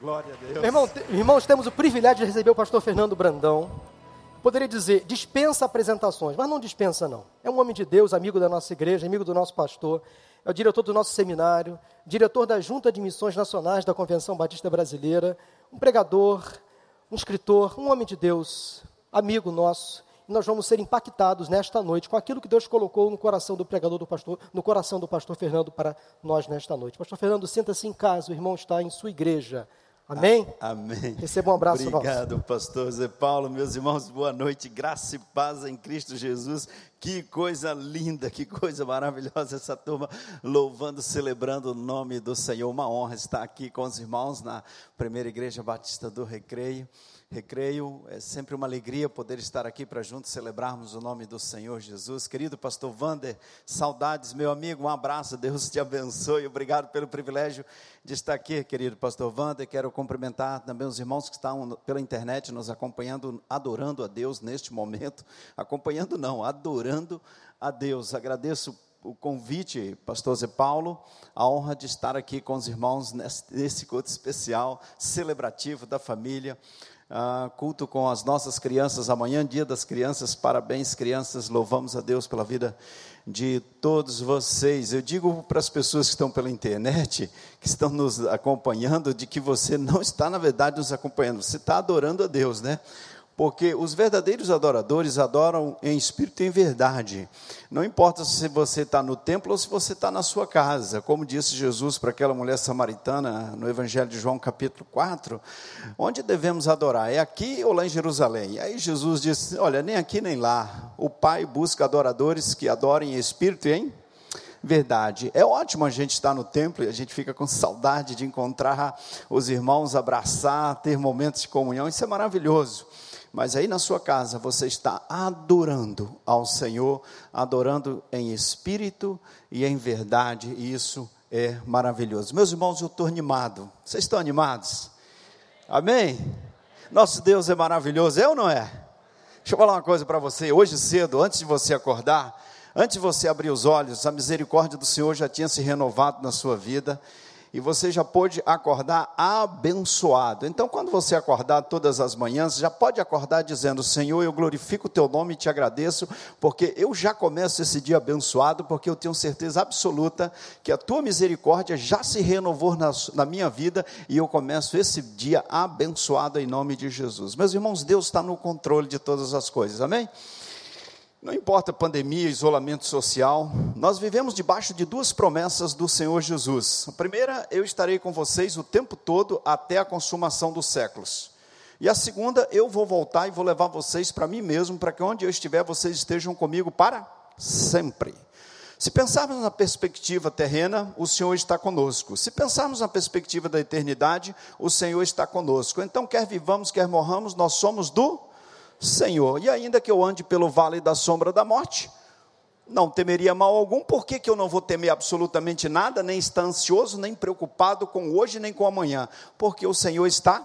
Glória a Deus. Irmãos, temos o privilégio de receber o pastor Fernando Brandão. Poderia dizer, dispensa apresentações, mas não dispensa não. É um homem de Deus, amigo da nossa igreja, amigo do nosso pastor, é o diretor do nosso seminário, diretor da Junta de Missões Nacionais da Convenção Batista Brasileira, um pregador, um escritor, um homem de Deus, amigo nosso. E nós vamos ser impactados nesta noite com aquilo que Deus colocou no coração do pregador do pastor, no coração do pastor Fernando para nós nesta noite. Pastor Fernando, sinta-se em casa, o irmão está em sua igreja. Amém? Amém. Receba um abraço nosso. Obrigado, pastor Zé Paulo. Meus irmãos, boa noite. Graça e paz em Cristo Jesus. Que coisa linda, que coisa maravilhosa essa turma louvando, celebrando o nome do Senhor. Uma honra estar aqui com os irmãos na Primeira Igreja Batista do Recreio. É sempre uma alegria poder estar aqui para juntos celebrarmos o nome do Senhor Jesus. Querido pastor Wander, saudades, meu amigo, um abraço, Deus te abençoe, obrigado pelo privilégio de estar aqui, querido pastor Wander. Quero cumprimentar também os irmãos que estão pela internet nos acompanhando, adorando a Deus neste momento, adorando a Deus. Agradeço o convite, pastor Zé Paulo, a honra de estar aqui com os irmãos nesse culto especial, celebrativo da família. Culto com as nossas crianças amanhã, dia das crianças. Parabéns, crianças, louvamos a Deus pela vida de todos vocês. Eu digo para as pessoas que estão pela internet, que estão nos acompanhando, de que você não está na verdade nos acompanhando, você está adorando a Deus, né? Porque os verdadeiros adoradores adoram em espírito e em verdade. Não importa se você está no templo ou se você está na sua casa. Como disse Jesus para aquela mulher samaritana no Evangelho de João capítulo 4. Onde devemos adorar? É aqui ou lá em Jerusalém? Aí Jesus disse, olha, nem aqui nem lá. O Pai busca adoradores que adorem em espírito e em verdade. É ótimo a gente estar no templo e a gente fica com saudade de encontrar os irmãos, abraçar, ter momentos de comunhão. Isso é maravilhoso. Mas aí na sua casa você está adorando ao Senhor, adorando em espírito e em verdade, e isso é maravilhoso. Meus irmãos, eu estou animado. Vocês estão animados? Amém? Nosso Deus é maravilhoso, é ou não é? Deixa eu falar uma coisa para você. Hoje cedo, antes de você acordar, antes de você abrir os olhos, a misericórdia do Senhor já tinha se renovado na sua vida, e você já pôde acordar abençoado. Então, quando você acordar todas as manhãs, já pode acordar dizendo, Senhor, eu glorifico o teu nome e te agradeço, porque eu já começo esse dia abençoado, porque eu tenho certeza absoluta que a tua misericórdia já se renovou na minha vida, e eu começo esse dia abençoado em nome de Jesus. Meus irmãos, Deus está no controle de todas as coisas, amém? Não importa a pandemia, isolamento social, nós vivemos debaixo de duas promessas do Senhor Jesus. A primeira, eu estarei com vocês o tempo todo até a consumação dos séculos. E a segunda, eu vou voltar e vou levar vocês para mim mesmo, para que onde eu estiver, vocês estejam comigo para sempre. Se pensarmos na perspectiva terrena, o Senhor está conosco. Se pensarmos na perspectiva da eternidade, o Senhor está conosco. Então, quer vivamos, quer morramos, nós somos do Senhor. E ainda que eu ande pelo vale da sombra da morte, não temeria mal algum. Por que eu não vou temer absolutamente nada, nem estar ansioso, nem preocupado com hoje, nem com amanhã? Porque o Senhor está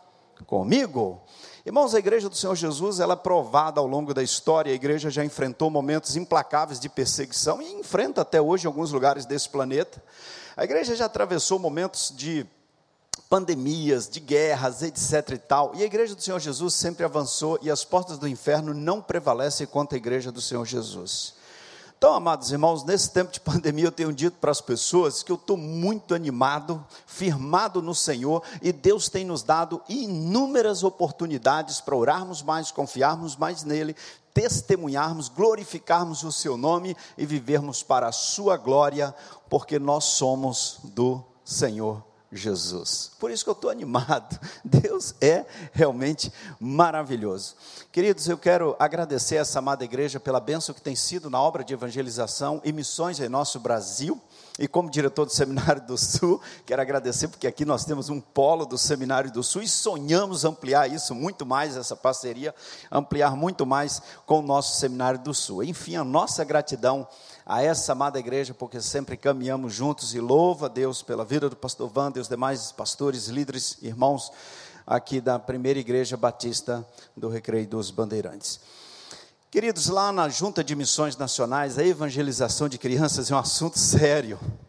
comigo. Irmãos, a igreja do Senhor Jesus, ela é provada ao longo da história. A igreja já enfrentou momentos implacáveis de perseguição, e enfrenta até hoje em alguns lugares desse planeta. A igreja já atravessou momentos de pandemias, de guerras, etc e tal, e a igreja do Senhor Jesus sempre avançou, e as portas do inferno não prevalecem contra a igreja do Senhor Jesus. Então, amados irmãos, nesse tempo de pandemia, eu tenho dito para as pessoas que eu estou muito animado, firmado no Senhor, e Deus tem nos dado inúmeras oportunidades para orarmos mais, confiarmos mais nele, testemunharmos, glorificarmos o seu nome e vivermos para a sua glória, porque nós somos do Senhor Jesus. Por isso que eu estou animado. Deus é realmente maravilhoso. Queridos, eu quero agradecer essa amada igreja pela bênção que tem sido na obra de evangelização e missões em nosso Brasil. E como diretor do Seminário do Sul, quero agradecer, porque aqui nós temos um polo do Seminário do Sul, e sonhamos ampliar isso muito mais, essa parceria, ampliar muito mais com o nosso Seminário do Sul. Enfim, a nossa gratidão a essa amada igreja, porque sempre caminhamos juntos, e louva a Deus pela vida do pastor Wander e os demais pastores, líderes, irmãos aqui da Primeira Igreja Batista do Recreio dos Bandeirantes. Queridos, lá na Junta de Missões Nacionais, a evangelização de crianças é um assunto sério.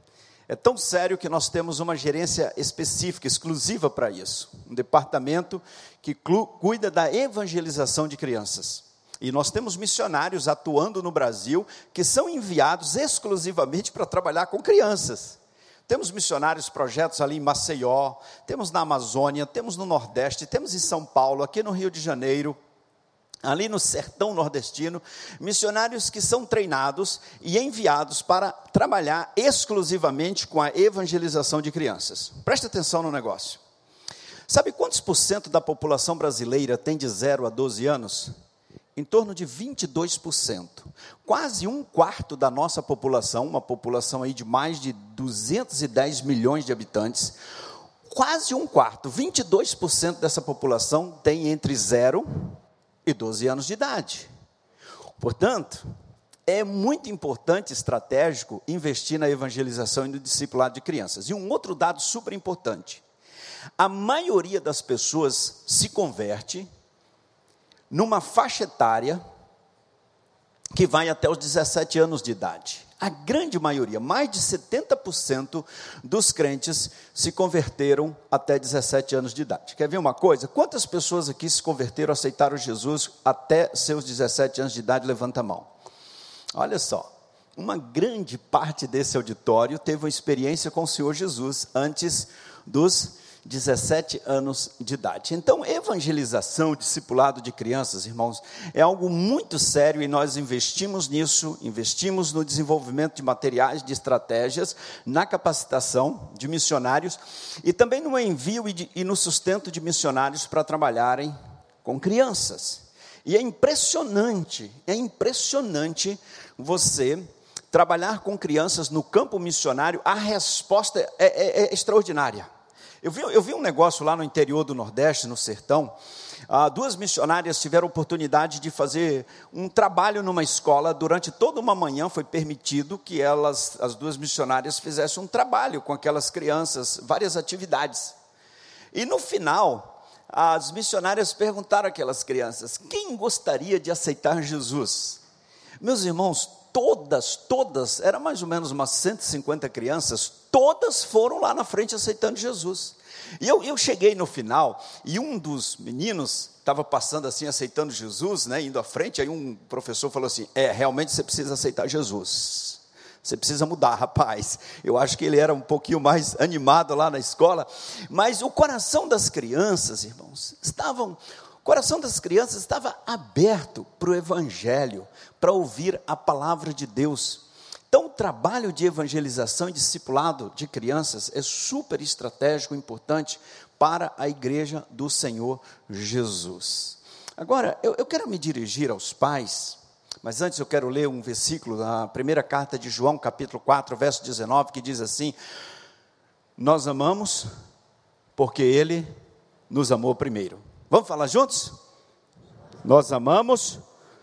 É tão sério que nós temos uma gerência específica, exclusiva para isso. Um departamento que cuida da evangelização de crianças. E nós temos missionários atuando no Brasil que são enviados exclusivamente para trabalhar com crianças. Temos missionários, projetos ali em Maceió, temos na Amazônia, temos no Nordeste, temos em São Paulo, aqui no Rio de Janeiro, ali no sertão nordestino, missionários que são treinados e enviados para trabalhar exclusivamente com a evangelização de crianças. Preste atenção no negócio. Sabe quantos % da população brasileira tem de 0 a 12 anos? Em torno de 22%. Quase 1/4 da nossa população, uma população aí de mais de 210 milhões de habitantes, quase 1/4, 22% dessa população tem entre 0 e 12 anos de idade. Portanto, é muito importante, estratégico, investir na evangelização e no discipulado de crianças. E um outro dado super importante: a maioria das pessoas se converte numa faixa etária que vai até os 17 anos de idade. A grande maioria, mais de 70% dos crentes se converteram até 17 anos de idade. Quer ver uma coisa? Quantas pessoas aqui se converteram, aceitaram Jesus até seus 17 anos de idade? Levanta a mão. Olha só, uma grande parte desse auditório teve uma experiência com o Senhor Jesus antes dos 17 anos de idade. Então, evangelização, discipulado de crianças, irmãos, é algo muito sério e nós investimos nisso, investimos no desenvolvimento de materiais, de estratégias, na capacitação de missionários e também no envio e no sustento de missionários para trabalharem com crianças. E é impressionante você trabalhar com crianças no campo missionário. A resposta é extraordinária. Eu vi um negócio lá no interior do Nordeste, no sertão. 2 missionárias tiveram oportunidade de fazer um trabalho numa escola. Durante toda uma manhã foi permitido que as 2 missionárias fizessem um trabalho com aquelas crianças, várias atividades. E no final, as missionárias perguntaram àquelas crianças: quem gostaria de aceitar Jesus? Meus irmãos, todas, era mais ou menos umas 150 crianças, todas foram lá na frente aceitando Jesus. E eu cheguei no final, e um dos meninos estava passando assim, aceitando Jesus, né, indo à frente. Aí um professor falou assim: realmente você precisa aceitar Jesus, você precisa mudar, rapaz. Eu acho que ele era um pouquinho mais animado lá na escola, mas o coração das crianças, irmãos, o coração das crianças estava aberto para o Evangelho, para ouvir a palavra de Deus. Então, o trabalho de evangelização e discipulado de crianças é super estratégico, importante para a igreja do Senhor Jesus. Agora, eu quero me dirigir aos pais, mas antes eu quero ler um versículo da primeira carta de João, capítulo 4, verso 19, que diz assim: nós amamos porque Ele nos amou primeiro. Vamos falar juntos? Nós amamos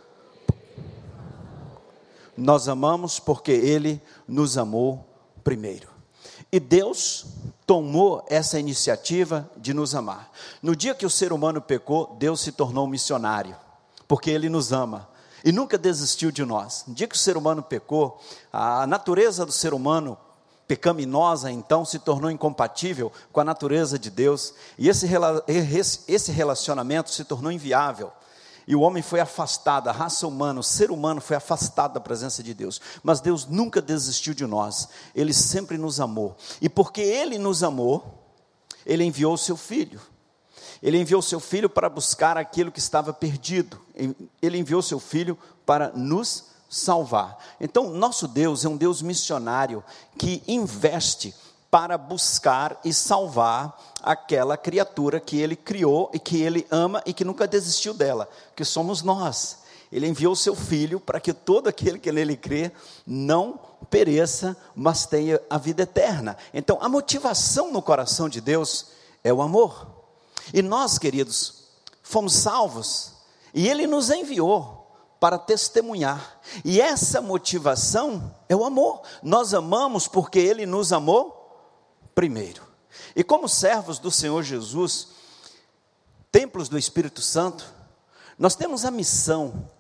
porque Ele nos amou primeiro. E Deus tomou essa iniciativa de nos amar. No dia que o ser humano pecou, Deus se tornou um missionário, porque Ele nos ama e nunca desistiu de nós. No dia que o ser humano pecou, a natureza do ser humano pecaminosa, então, se tornou incompatível com a natureza de Deus, e esse relacionamento se tornou inviável, e o homem foi afastado, a raça humana, o ser humano foi afastado da presença de Deus. Mas Deus nunca desistiu de nós, Ele sempre nos amou, e porque Ele nos amou, Ele enviou o seu Filho. Ele enviou o seu Filho para buscar aquilo que estava perdido. Ele enviou o seu Filho para nos salvar. Então, nosso Deus é um Deus missionário que investe para buscar e salvar aquela criatura que Ele criou e que Ele ama e que nunca desistiu dela, que somos nós. Ele enviou o seu Filho para que todo aquele que nele crê não pereça, mas tenha a vida eterna. Então, a motivação no coração de Deus é o amor. E nós, queridos, fomos salvos e Ele nos enviou para testemunhar, e essa motivação é o amor. Nós amamos porque Ele nos amou primeiro. E como servos do Senhor Jesus, templos do Espírito Santo, nós temos a missão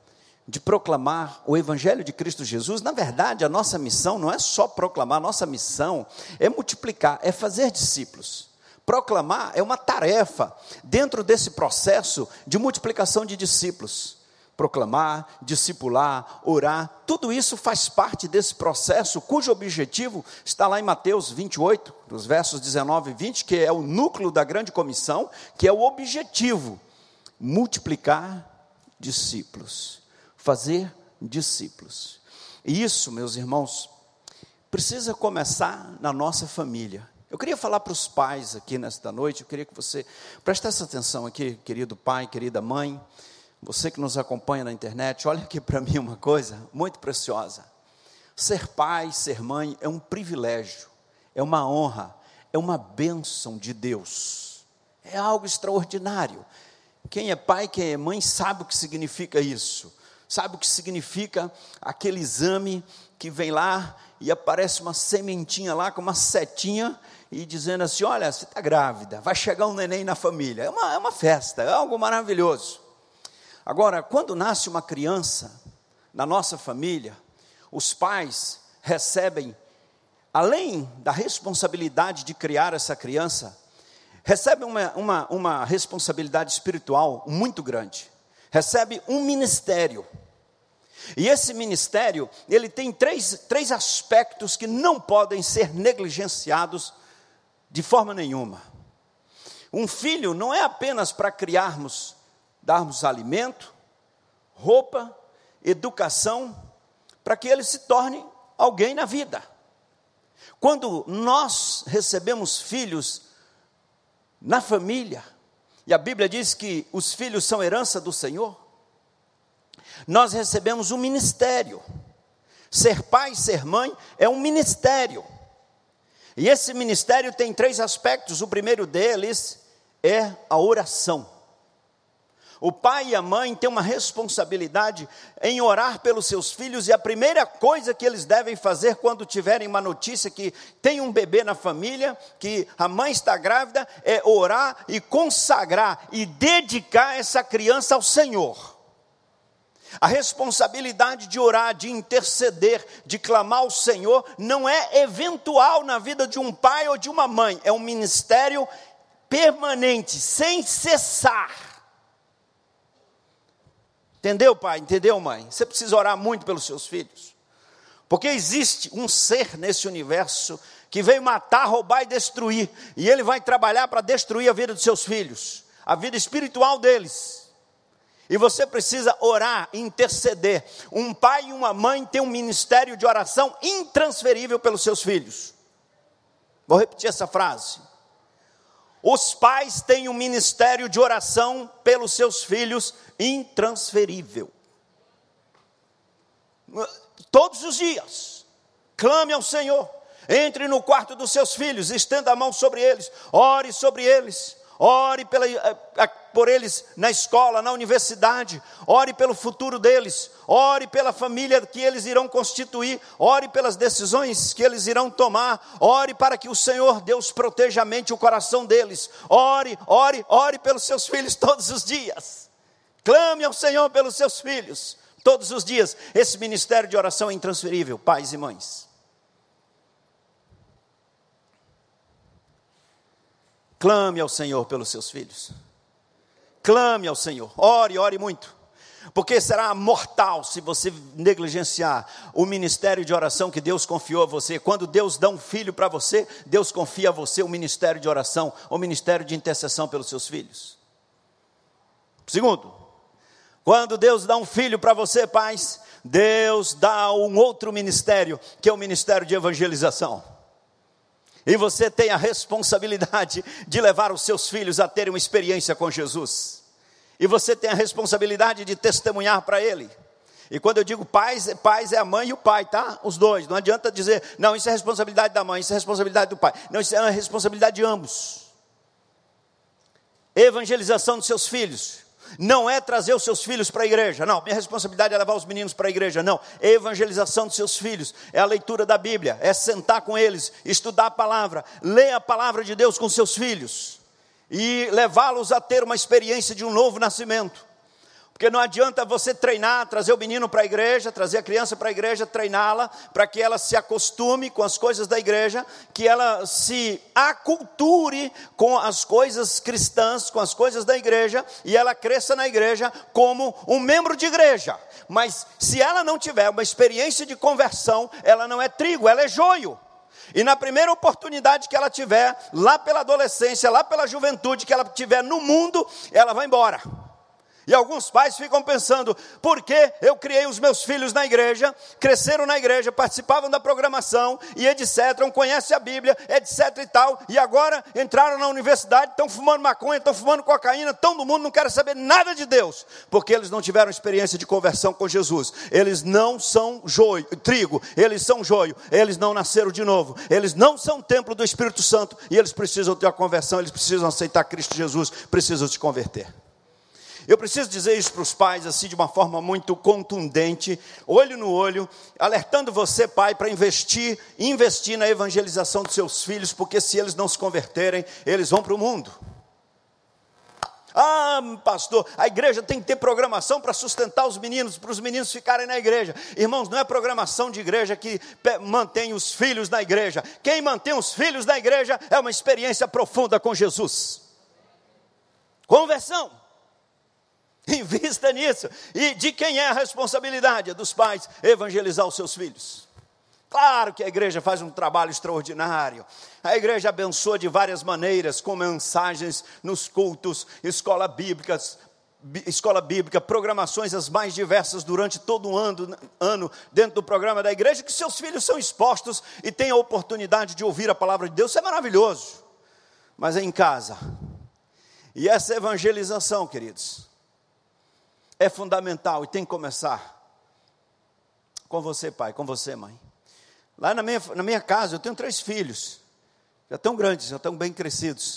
de proclamar o Evangelho de Cristo Jesus, na verdade, a nossa missão não é só proclamar, a nossa missão é multiplicar, é fazer discípulos. Proclamar é uma tarefa dentro desse processo de multiplicação de discípulos. Proclamar, discipular, orar, tudo isso faz parte desse processo, cujo objetivo está lá em Mateus 28, nos versos 19 e 20, que é o núcleo da grande comissão, que é o objetivo, multiplicar discípulos. Fazer discípulos. E isso, meus irmãos, precisa começar na nossa família. Eu queria falar para os pais aqui nesta noite, eu queria que você prestasse atenção aqui, querido pai, querida mãe, você que nos acompanha na internet, olha aqui para mim uma coisa muito preciosa. Ser pai, ser mãe é um privilégio, é uma honra, é uma bênção de Deus. É algo extraordinário. Quem é pai, quem é mãe sabe o que significa isso. Sabe o que significa aquele exame que vem lá e aparece uma sementinha lá com uma setinha e dizendo assim, olha, você está grávida, vai chegar um neném na família. É uma festa, é algo maravilhoso. Agora, quando nasce uma criança na nossa família, os pais recebem, além da responsabilidade de criar essa criança, recebem uma responsabilidade espiritual muito grande. Recebe um ministério. E esse ministério, ele tem três aspectos que não podem ser negligenciados de forma nenhuma. Um filho não é apenas para criarmos, darmos alimento, roupa, educação, para que ele se torne alguém na vida. Quando nós recebemos filhos na família, e a Bíblia diz que os filhos são herança do Senhor, nós recebemos um ministério. Ser pai, ser mãe é um ministério. E esse ministério tem 3 aspectos. O primeiro deles é a oração. O pai e a mãe têm uma responsabilidade em orar pelos seus filhos, e a primeira coisa que eles devem fazer quando tiverem uma notícia que tem um bebê na família, que a mãe está grávida, é orar e consagrar e dedicar essa criança ao Senhor. A responsabilidade de orar, de interceder, de clamar ao Senhor, não é eventual na vida de um pai ou de uma mãe, é um ministério permanente, sem cessar. Entendeu, pai? Entendeu, mãe? Você precisa orar muito pelos seus filhos, porque existe um ser nesse universo que veio matar, roubar e destruir, e ele vai trabalhar para destruir a vida dos seus filhos, a vida espiritual deles. E você precisa orar, interceder. Um pai e uma mãe têm um ministério de oração intransferível pelos seus filhos. Vou repetir essa frase. Os pais têm um ministério de oração pelos seus filhos intransferível. Todos os dias, clame ao Senhor. Entre no quarto dos seus filhos, estenda a mão sobre eles, ore sobre eles. Ore por eles na escola, na universidade, ore pelo futuro deles, ore pela família que eles irão constituir, ore pelas decisões que eles irão tomar, ore para que o Senhor Deus proteja a mente e o coração deles, ore pelos seus filhos todos os dias, clame ao Senhor pelos seus filhos, todos os dias. Esse ministério de oração é intransferível, pais e mães. Clame ao Senhor pelos seus filhos. Clame ao Senhor. Ore muito. Porque será mortal se você negligenciar o ministério de oração que Deus confiou a você. Quando Deus dá um filho para você, Deus confia a você o ministério de oração, o ministério de intercessão pelos seus filhos. Segundo, quando Deus dá um filho para você, pais, Deus dá um outro ministério, que é o ministério de evangelização. E você tem a responsabilidade de levar os seus filhos a terem uma experiência com Jesus. E você tem a responsabilidade de testemunhar para ele. E quando eu digo pais é a mãe e o pai, tá? Os dois. Não adianta dizer, não, isso é responsabilidade da mãe, isso é responsabilidade do pai. Não, isso é uma responsabilidade de ambos. Evangelização dos seus filhos. Não é trazer os seus filhos para a igreja, não, minha responsabilidade é levar os meninos para a igreja, não, evangelização dos seus filhos, é a leitura da Bíblia, é sentar com eles, estudar a palavra, ler a palavra de Deus com seus filhos, e levá-los a ter uma experiência de um novo nascimento, porque Porque não adianta você treinar, trazer o menino para a igreja, trazer a criança para a igreja, treiná-la, para que ela se acostume com as coisas da igreja, que ela se aculture com as coisas cristãs, com as coisas da igreja, e ela cresça na igreja como um membro de igreja. Mas se ela não tiver uma experiência de conversão, ela não é trigo, ela é joio. E na primeira oportunidade que ela tiver, lá pela adolescência, lá pela juventude que ela tiver no mundo, ela vai embora. E alguns pais ficam pensando, por que eu criei os meus filhos na igreja, cresceram na igreja, participavam da programação, e etc, conhecem a Bíblia, etc e tal, e agora entraram na universidade, estão fumando maconha, estão fumando cocaína, estão no mundo, não querem saber nada de Deus, porque eles não tiveram experiência de conversão com Jesus. Eles não são joio, trigo, eles são joio, eles não nasceram de novo, eles não são templo do Espírito Santo, e eles precisam ter a conversão, eles precisam aceitar Cristo Jesus, precisam se converter. Eu preciso dizer isso para os pais assim de uma forma muito contundente, olho no olho, alertando você, pai, para investir na evangelização dos seus filhos, porque se eles não se converterem, eles vão para o mundo. Ah, pastor, a igreja tem que ter programação para sustentar os meninos, para os meninos ficarem na igreja. Irmãos, não é programação de igreja que mantém os filhos na igreja. Quem mantém os filhos na igreja é uma experiência profunda com Jesus. Conversão. Invista nisso. E de quem é a responsabilidade? É dos pais evangelizar os seus filhos. Claro que a igreja faz um trabalho extraordinário. A igreja abençoa de várias maneiras, com mensagens nos cultos, escola bíblica, programações as mais diversas durante todo o ano dentro do programa da igreja, que seus filhos são expostos e têm a oportunidade de ouvir a palavra de Deus. Isso é maravilhoso. Mas é em casa. E essa evangelização, queridos, é fundamental e tem que começar com você, pai, com você, mãe. Lá na minha casa eu tenho 3 filhos, já estão grandes, já estão bem crescidos.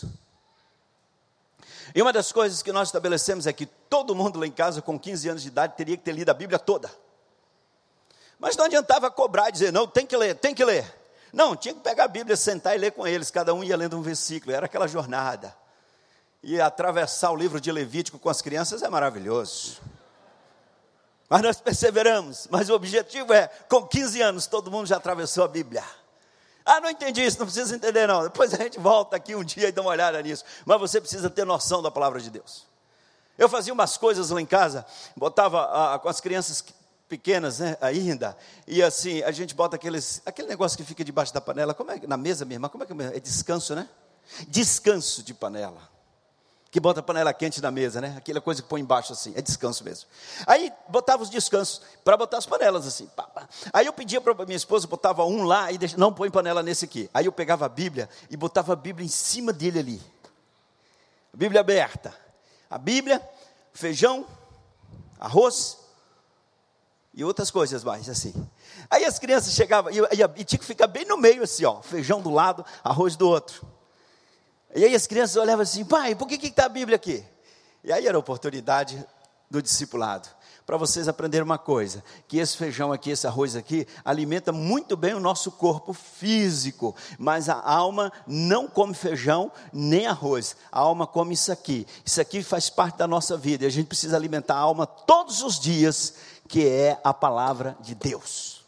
E uma das coisas que nós estabelecemos é que todo mundo lá em casa com 15 anos de idade teria que ter lido a Bíblia toda. Mas não adiantava cobrar e dizer, não, tem que ler, tem que ler. Não, tinha que pegar a Bíblia, sentar e ler com eles, cada um ia lendo um versículo, era aquela jornada. E atravessar o livro de Levítico com as crianças é maravilhoso. Mas nós perseveramos. Mas o objetivo é, com 15 anos, todo mundo já atravessou a Bíblia. Ah, não entendi isso, não precisa entender não. Depois a gente volta aqui um dia e dá uma olhada nisso. Mas você precisa ter noção da palavra de Deus. Eu fazia umas coisas lá em casa, botava com as crianças pequenas, né, ainda, e assim, a gente bota aquele negócio que fica debaixo da panela, como é, na mesa mesmo, como é que é descanso, né? Descanso de panela. Que bota a panela quente na mesa, né? Aquela coisa que põe embaixo assim, é descanso mesmo. Aí botava os descansos para botar as panelas assim. Pá, pá. Aí eu pedia para minha esposa, botava um lá e não põe panela nesse aqui. Aí eu pegava a Bíblia e botava a Bíblia em cima dele ali. A Bíblia aberta. A Bíblia, feijão, arroz e outras coisas mais assim. Aí as crianças chegavam e tinha que ficar bem no meio assim, ó, feijão do lado, arroz do outro. E aí as crianças olhavam assim, pai, por que está a Bíblia aqui? E aí era a oportunidade do discipulado, para vocês aprenderem uma coisa, que esse feijão aqui, esse arroz aqui, alimenta muito bem o nosso corpo físico, mas a alma não come feijão nem arroz, a alma come isso aqui faz parte da nossa vida, e a gente precisa alimentar a alma todos os dias, que é a palavra de Deus.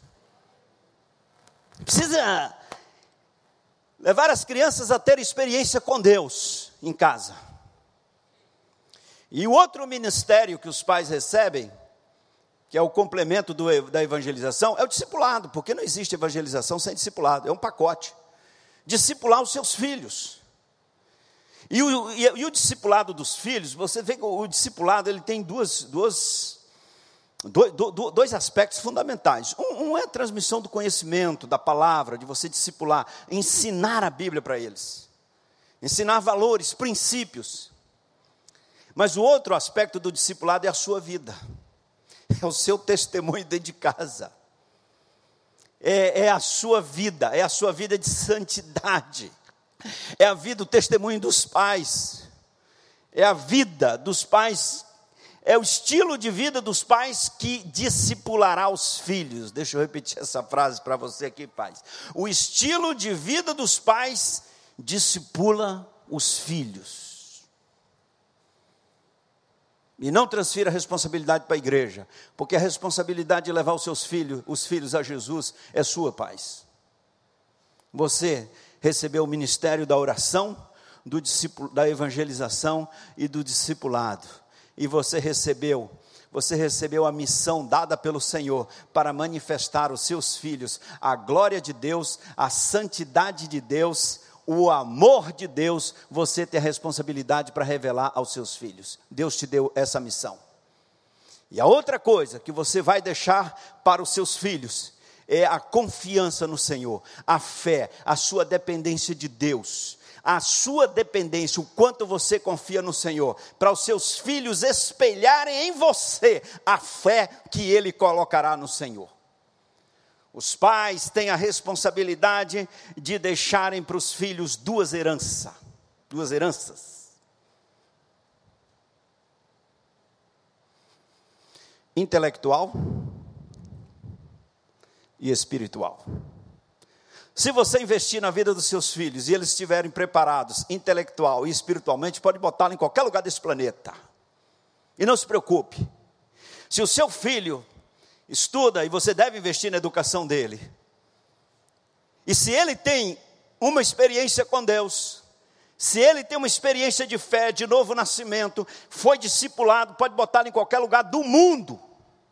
Precisa levar as crianças a ter experiência com Deus em casa. E o outro ministério que os pais recebem, que é o complemento da evangelização, é o discipulado, porque não existe evangelização sem discipulado, é um pacote. Discipular os seus filhos. E o discipulado dos filhos, você vê que o discipulado ele tem dois aspectos fundamentais. Um é a transmissão do conhecimento, da palavra, de você discipular, ensinar a Bíblia para eles, ensinar valores, princípios. Mas o outro aspecto do discipulado é a sua vida, é o seu testemunho dentro de casa, é a sua vida de santidade, é a vida, o testemunho dos pais, é a vida dos pais. É o estilo de vida dos pais que discipulará os filhos. Deixa eu repetir essa frase para você aqui, pais. O estilo de vida dos pais discipula os filhos. E não transfira a responsabilidade para a igreja, porque a responsabilidade de levar os filhos a Jesus é sua, pais. Você recebeu o ministério da oração, da evangelização e do discipulado. E você recebeu a missão dada pelo Senhor para manifestar aos seus filhos a glória de Deus, a santidade de Deus, o amor de Deus. Você tem a responsabilidade para revelar aos seus filhos. Deus te deu essa missão. E a outra coisa que você vai deixar para os seus filhos é a confiança no Senhor, a fé, a sua dependência de Deus. A sua dependência, o quanto você confia no Senhor, para os seus filhos espelharem em você a fé que Ele colocará no Senhor. Os pais têm a responsabilidade de deixarem para os filhos duas heranças. Intelectual e espiritual. Se você investir na vida dos seus filhos e eles estiverem preparados intelectual e espiritualmente, pode botá-lo em qualquer lugar desse planeta. E não se preocupe. Se o seu filho estuda, e você deve investir na educação dele, e se ele tem uma experiência com Deus, se ele tem uma experiência de fé, de novo nascimento, foi discipulado, pode botá-lo em qualquer lugar do mundo,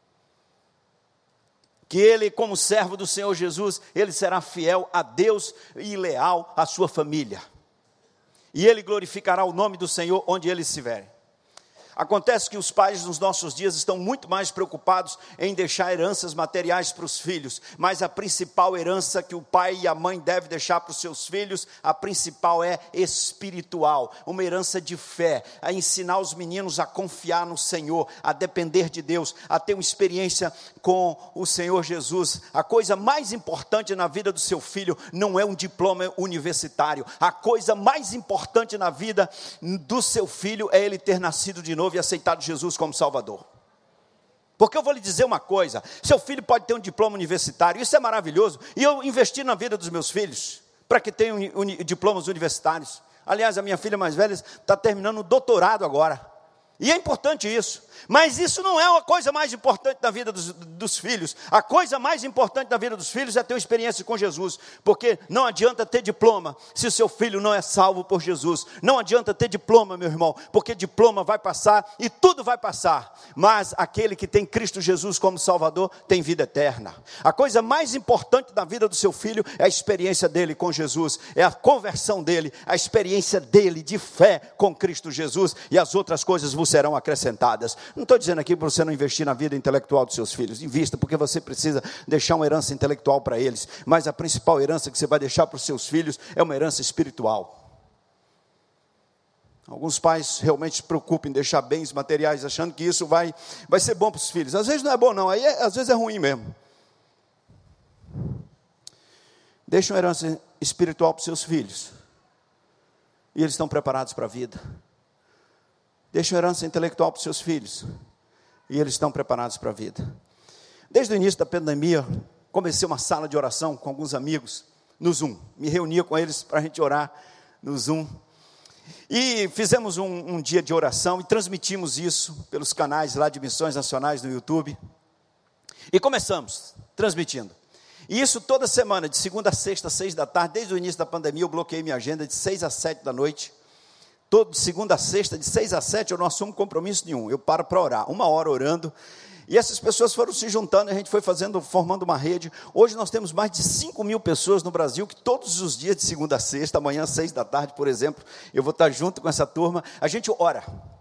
que ele, como servo do Senhor Jesus, ele será fiel a Deus e leal à sua família, e ele glorificará o nome do Senhor onde ele estiver. Acontece que os pais nos nossos dias estão muito mais preocupados em deixar heranças materiais para os filhos, mas a principal herança que o pai e a mãe devem deixar para os seus filhos, a principal é espiritual, uma herança de fé, a ensinar os meninos a confiar no Senhor, a depender de Deus, a ter uma experiência com o Senhor Jesus. A coisa mais importante na vida do seu filho não é um diploma universitário, a coisa mais importante na vida do seu filho é ele ter nascido de novo e aceitado Jesus como Salvador. Porque eu vou lhe dizer uma coisa, seu filho pode ter um diploma universitário, isso é maravilhoso, e eu investi na vida dos meus filhos, para que tenham diplomas universitários. Aliás, a minha filha mais velha está terminando o doutorado agora, e é importante isso, mas isso não é a coisa mais importante da vida dos filhos. A coisa mais importante da vida dos filhos é ter uma experiência com Jesus, porque não adianta ter diploma se o seu filho não é salvo por Jesus. Não adianta ter diploma, meu irmão, porque diploma vai passar e tudo vai passar, mas aquele que tem Cristo Jesus como Salvador tem vida eterna. A coisa mais importante da vida do seu filho é a experiência dele com Jesus, é a conversão dele, a experiência dele de fé com Cristo Jesus, e as outras coisas vos serão acrescentadas. Não estou dizendo aqui para você não investir na vida intelectual dos seus filhos. Invista, porque você precisa deixar uma herança intelectual para eles. Mas a principal herança que você vai deixar para os seus filhos é uma herança espiritual. Alguns pais realmente se preocupam em deixar bens materiais, achando que isso vai ser bom para os filhos. Às vezes não é bom não, às vezes é ruim mesmo. Deixa uma herança espiritual para os seus filhos, e eles estão preparados para a vida. Deixa uma herança intelectual para os seus filhos, e eles estão preparados para a vida. Desde o início da pandemia, comecei uma sala de oração com alguns amigos no Zoom. Me reunia com eles para a gente orar no Zoom. E fizemos um dia de oração e transmitimos isso pelos canais lá de Missões Nacionais no YouTube. E começamos transmitindo. E isso toda semana, de segunda a sexta, 6 da tarde, desde o início da pandemia, eu bloqueei minha agenda de 6 a 7 da noite. Todo de segunda a sexta, de 6 a 7, eu não assumo compromisso nenhum. Eu paro para orar, 1 hora orando. E essas pessoas foram se juntando, a gente foi formando uma rede. Hoje nós temos mais de 5.000 pessoas no Brasil, que todos os dias, de segunda a sexta, amanhã, 6 da tarde, por exemplo, eu vou estar junto com essa turma. A gente ora,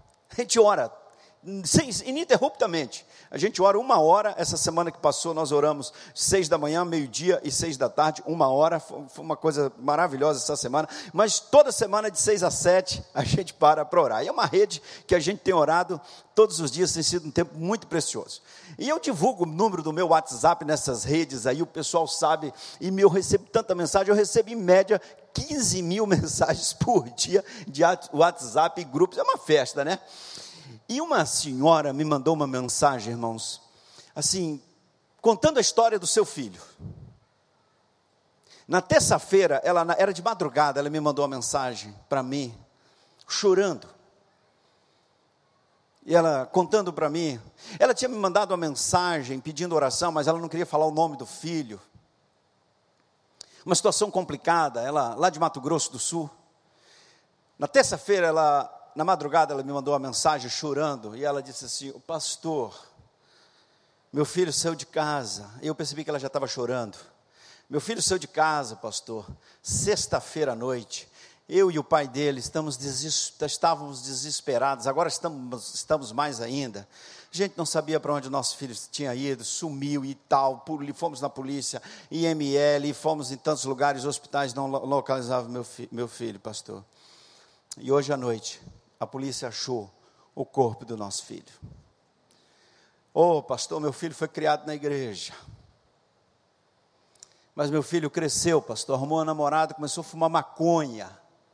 ininterruptamente. A gente ora 1 hora. Essa semana que passou nós oramos 6 da manhã, meio-dia e 6 da tarde, 1 hora. Foi uma coisa maravilhosa essa semana. Mas toda semana de 6 a 7 a gente para orar. E é uma rede que a gente tem orado todos os dias, tem sido um tempo muito precioso. E eu divulgo o número do meu WhatsApp nessas redes aí, o pessoal sabe, e eu recebo tanta mensagem. Eu recebo em média 15.000 mensagens por dia de WhatsApp e grupos. É uma festa, né? E uma senhora me mandou uma mensagem, irmãos, assim, contando a história do seu filho. Na terça-feira, ela era de madrugada, ela me mandou uma mensagem para mim, chorando. E ela contando para mim, ela tinha me mandado uma mensagem pedindo oração, mas ela não queria falar o nome do filho. Uma situação complicada, ela lá de Mato Grosso do Sul. Na terça-feira, na madrugada, ela me mandou uma mensagem chorando, e ela disse assim: "O pastor, meu filho saiu de casa." Eu percebi que ela já estava chorando. "Meu filho saiu de casa, pastor, sexta-feira à noite. Eu e o pai dele estávamos desesperados, agora estamos mais ainda. A gente não sabia para onde o nosso filho tinha ido, sumiu e tal, fomos na polícia, IML, fomos em tantos lugares, hospitais não localizavam meu filho, pastor. E hoje à noite, a polícia achou o corpo do nosso filho." "Oh, pastor, meu filho foi criado na igreja. Mas meu filho cresceu, pastor, arrumou uma namorada, começou a fumar maconha.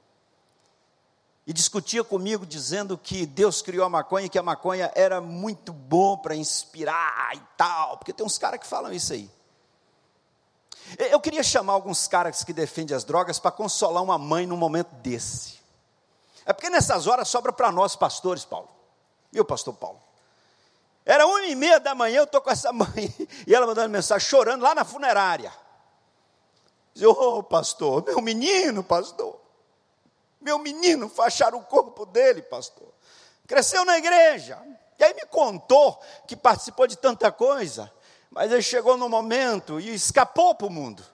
E discutia comigo dizendo que Deus criou a maconha e que a maconha era muito bom para inspirar e tal." Porque tem uns caras que falam isso aí. Eu queria chamar alguns caras que defendem as drogas para consolar uma mãe num momento desse. É porque nessas horas sobra para nós pastores, Paulo. Viu, pastor Paulo? Era 1h30 da manhã, eu estou com essa mãe, e ela mandando mensagem, chorando lá na funerária. Diz: "Ô pastor, meu menino, pastor. Meu menino, acharam o corpo dele, pastor. Cresceu na igreja." E aí me contou que participou de tanta coisa, mas ele chegou no momento e escapou para o mundo.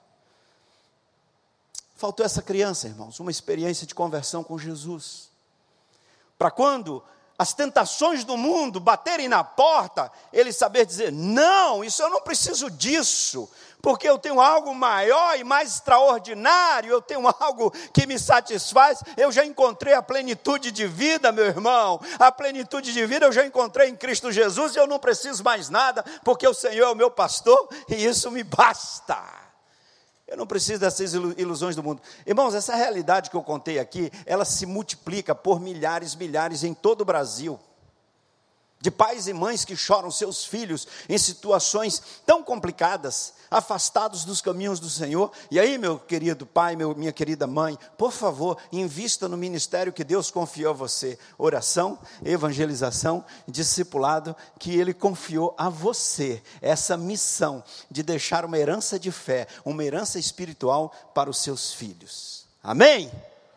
Faltou essa criança, irmãos, uma experiência de conversão com Jesus. Para quando as tentações do mundo baterem na porta, ele saber dizer: "Não, isso eu não preciso disso, porque eu tenho algo maior e mais extraordinário, eu tenho algo que me satisfaz, eu já encontrei a plenitude de vida, meu irmão, a plenitude de vida eu já encontrei em Cristo Jesus, e eu não preciso mais nada, porque o Senhor é o meu pastor, e isso me basta. Eu não preciso dessas ilusões do mundo." Irmãos, essa realidade que eu contei aqui, ela se multiplica por milhares em todo o Brasil. De pais e mães que choram seus filhos em situações tão complicadas, afastados dos caminhos do Senhor. E aí, meu querido pai, minha querida mãe, por favor, invista no ministério que Deus confiou a você. Oração, evangelização, discipulado, que Ele confiou a você. Essa missão de deixar uma herança de fé, uma herança espiritual para os seus filhos. Amém?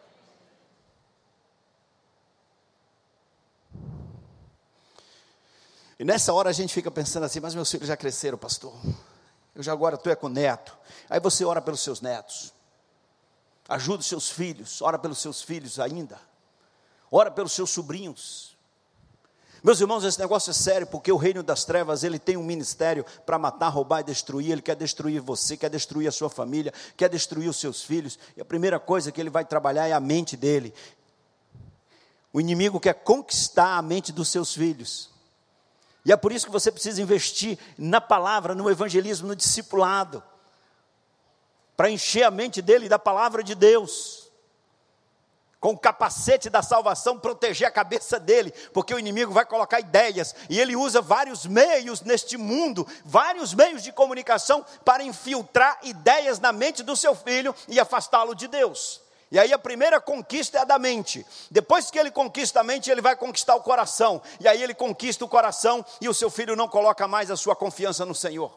E nessa hora a gente fica pensando assim: "Mas meus filhos já cresceram, pastor. Eu já agora estou com neto." Aí você ora pelos seus netos. Ajuda os seus filhos. Ora pelos seus filhos ainda. Ora pelos seus sobrinhos. Meus irmãos, esse negócio é sério, porque o reino das trevas, ele tem um ministério para matar, roubar e destruir. Ele quer destruir você, quer destruir a sua família, quer destruir os seus filhos. E a primeira coisa que ele vai trabalhar é a mente dele. O inimigo quer conquistar a mente dos seus filhos. E é por isso que você precisa investir na palavra, no evangelismo, no discipulado, para encher a mente dele da palavra de Deus, com o capacete da salvação, proteger a cabeça dele, porque o inimigo vai colocar ideias, e ele usa vários meios neste mundo, vários meios de comunicação, para infiltrar ideias na mente do seu filho e afastá-lo de Deus. E aí a primeira conquista é a da mente. Depois que ele conquista a mente, ele vai conquistar o coração. E aí ele conquista o coração e o seu filho não coloca mais a sua confiança no Senhor.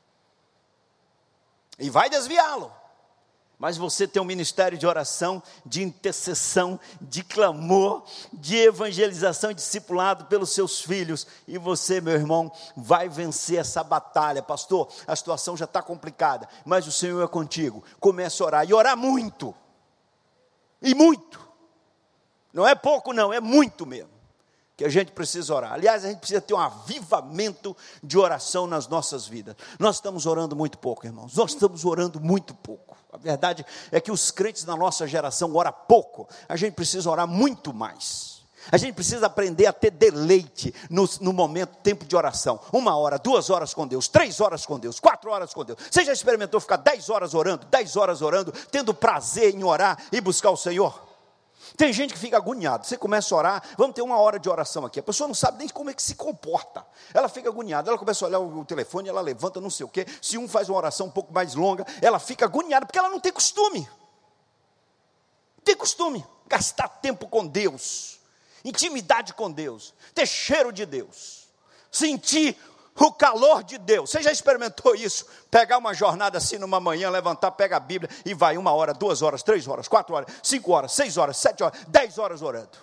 E vai desviá-lo. Mas você tem um ministério de oração, de intercessão, de clamor, de evangelização e discipulado pelos seus filhos. E você, meu irmão, vai vencer essa batalha. Pastor, a situação já está complicada, mas o Senhor é contigo. Comece a orar e orar muito. E muito, não é pouco não, é muito mesmo, que a gente precisa orar. Aliás, a gente precisa ter um avivamento de oração nas nossas vidas. Nós estamos orando muito pouco, irmãos, nós estamos orando muito pouco. A verdade é que os crentes da nossa geração oram pouco, a gente precisa orar muito mais. A gente precisa aprender a ter deleite no momento, tempo de oração. 1 hora, 2 horas com Deus, 3 horas com Deus, 4 horas com Deus. Você já experimentou ficar 10 horas orando, tendo prazer em orar e buscar o Senhor? Tem gente que fica agoniado. Você começa a orar, vamos ter 1 hora de oração aqui. A pessoa não sabe nem como é que se comporta. Ela fica agoniada, ela começa a olhar o telefone, ela levanta não sei o quê. Se um faz uma oração um pouco mais longa, ela fica agoniada, porque ela não tem costume. Gastar tempo com Deus. intimidade com Deus, ter cheiro de Deus, sentir o calor de Deus. Você já experimentou isso? Pegar uma jornada assim numa manhã, levantar, pega a Bíblia e vai 1 hora, 2 horas, 3 horas, 4 horas, 5 horas, 6 horas, 7 horas, 10 horas orando.